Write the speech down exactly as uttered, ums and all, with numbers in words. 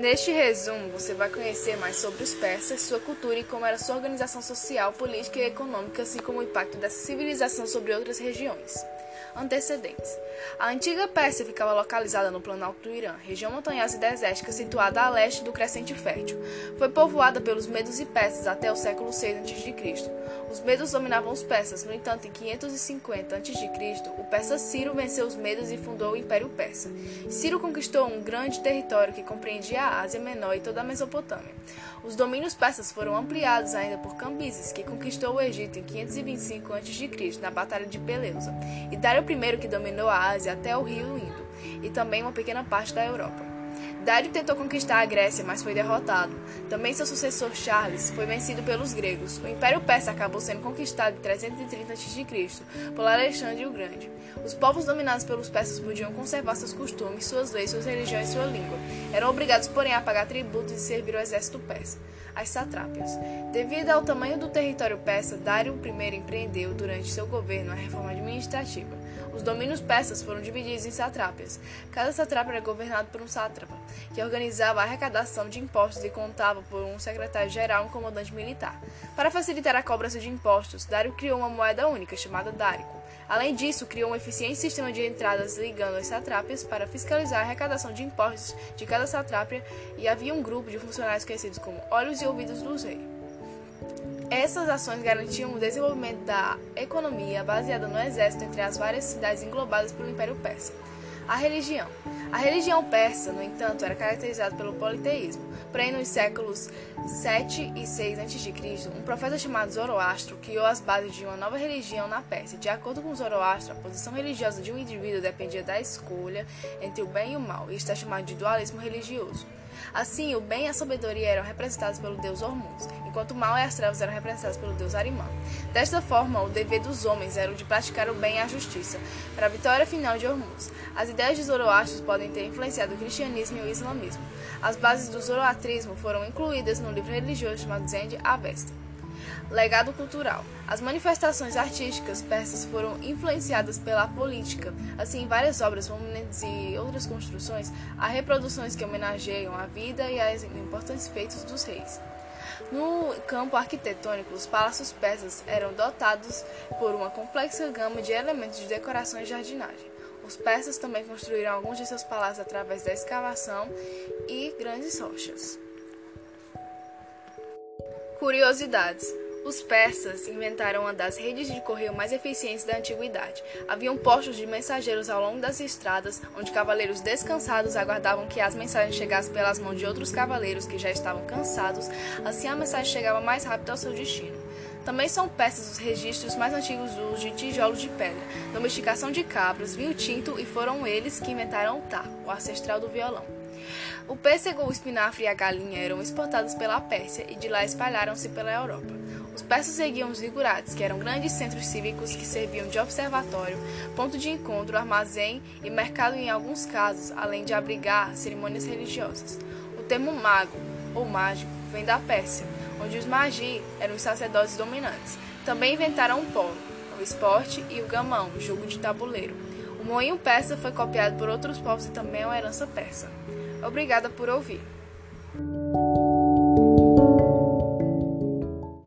Neste resumo, você vai conhecer mais sobre os persas, sua cultura e como era sua organização social, política e econômica, assim como o impacto dessa civilização sobre outras regiões. Antecedentes. A antiga Pérsia ficava localizada no Planalto do Irã, região montanhosa e desértica situada a leste do Crescente Fértil. Foi povoada pelos medos e persas até o século seis antes de Cristo. Os medos dominavam os persas, no entanto, em quinhentos e cinquenta antes de Cristo, o persa Ciro venceu os medos e fundou o Império Persa. Ciro conquistou um grande território que compreendia a Ásia Menor e toda a Mesopotâmia. Os domínios persas foram ampliados ainda por Cambises, que conquistou o Egito em quinhentos e vinte e cinco antes de Cristo na Batalha de Peleusa, e Dário I que dominou a Ásia até o rio Indo, e também uma pequena parte da Europa. Dário tentou conquistar a Grécia, mas foi derrotado. Também seu sucessor Charles foi vencido pelos gregos. O Império Persa acabou sendo conquistado em trezentos e trinta antes de Cristo por Alexandre o Grande. Os povos dominados pelos persas podiam conservar seus costumes, suas leis, suas religiões e sua língua. Eram obrigados, porém, a pagar tributos e servir o exército persa. As satrápias. Devido ao tamanho do território persa, Dário I empreendeu, durante seu governo, a reforma administrativa. Os domínios persas foram divididos em satrápias. Cada satrápia era governado por um sátrapa, que organizava a arrecadação de impostos e contava por um secretário-geral e um comandante militar. Para facilitar a cobrança de impostos, Dário criou uma moeda única, chamada dárico. Além disso, criou um eficiente sistema de entradas ligando as satrápias para fiscalizar a arrecadação de impostos de cada satrápia, e havia um grupo de funcionários conhecidos como olhos e ouvidos dos reis. Essas ações garantiam o desenvolvimento da economia baseada no exército entre as várias cidades englobadas pelo Império Persa. A religião. A religião persa, no entanto, era caracterizada pelo politeísmo. Porém, nos séculos sete e seis antes de Cristo, um profeta chamado Zoroastro criou as bases de uma nova religião na Pérsia. De acordo com Zoroastro, a posição religiosa de um indivíduo dependia da escolha entre o bem e o mal, e está chamado de dualismo religioso. Assim, o bem e a sabedoria eram representados pelo deus Hormuz, enquanto o mal e as trevas eram representados pelo deus Arimã. Desta forma, o dever dos homens era o de praticar o bem e a justiça, para a vitória final de Hormuz. As ideias de Zoroastro podem ter influenciado o cristianismo e o islamismo. As bases do zoroatrismo foram incluídas no livro religioso chamado Zend Avesta. Legado cultural. As manifestações artísticas persas foram influenciadas pela política. Assim, em várias obras, monumentos e outras construções, há reproduções que homenageiam a vida e os importantes feitos dos reis. No campo arquitetônico, os palácios persas eram dotados por uma complexa gama de elementos de decoração e jardinagem. Os persas também construíram alguns de seus palácios através da escavação e grandes rochas. Curiosidades. Os persas inventaram uma das redes de correio mais eficientes da antiguidade. Haviam postos de mensageiros ao longo das estradas, onde cavaleiros descansados aguardavam que as mensagens chegassem pelas mãos de outros cavaleiros que já estavam cansados. Assim, a mensagem chegava mais rápido ao seu destino. Também são persas os registros mais antigos do uso de tijolos de pedra, domesticação de cabras, vinho tinto, e foram eles que inventaram o tar, o ancestral do violão. O pêssego, o espinafre e a galinha eram exportados pela Pérsia e de lá espalharam-se pela Europa. Os persas seguiam os vigurates, que eram grandes centros cívicos que serviam de observatório, ponto de encontro, armazém e mercado em alguns casos, além de abrigar cerimônias religiosas. O termo mago, ou mágico, vem da Pérsia, onde os magi eram os sacerdotes dominantes. Também inventaram o polo, o esporte, e o gamão, o jogo de tabuleiro. O moinho persa foi copiado por outros povos e também é uma herança persa. Obrigada por ouvir.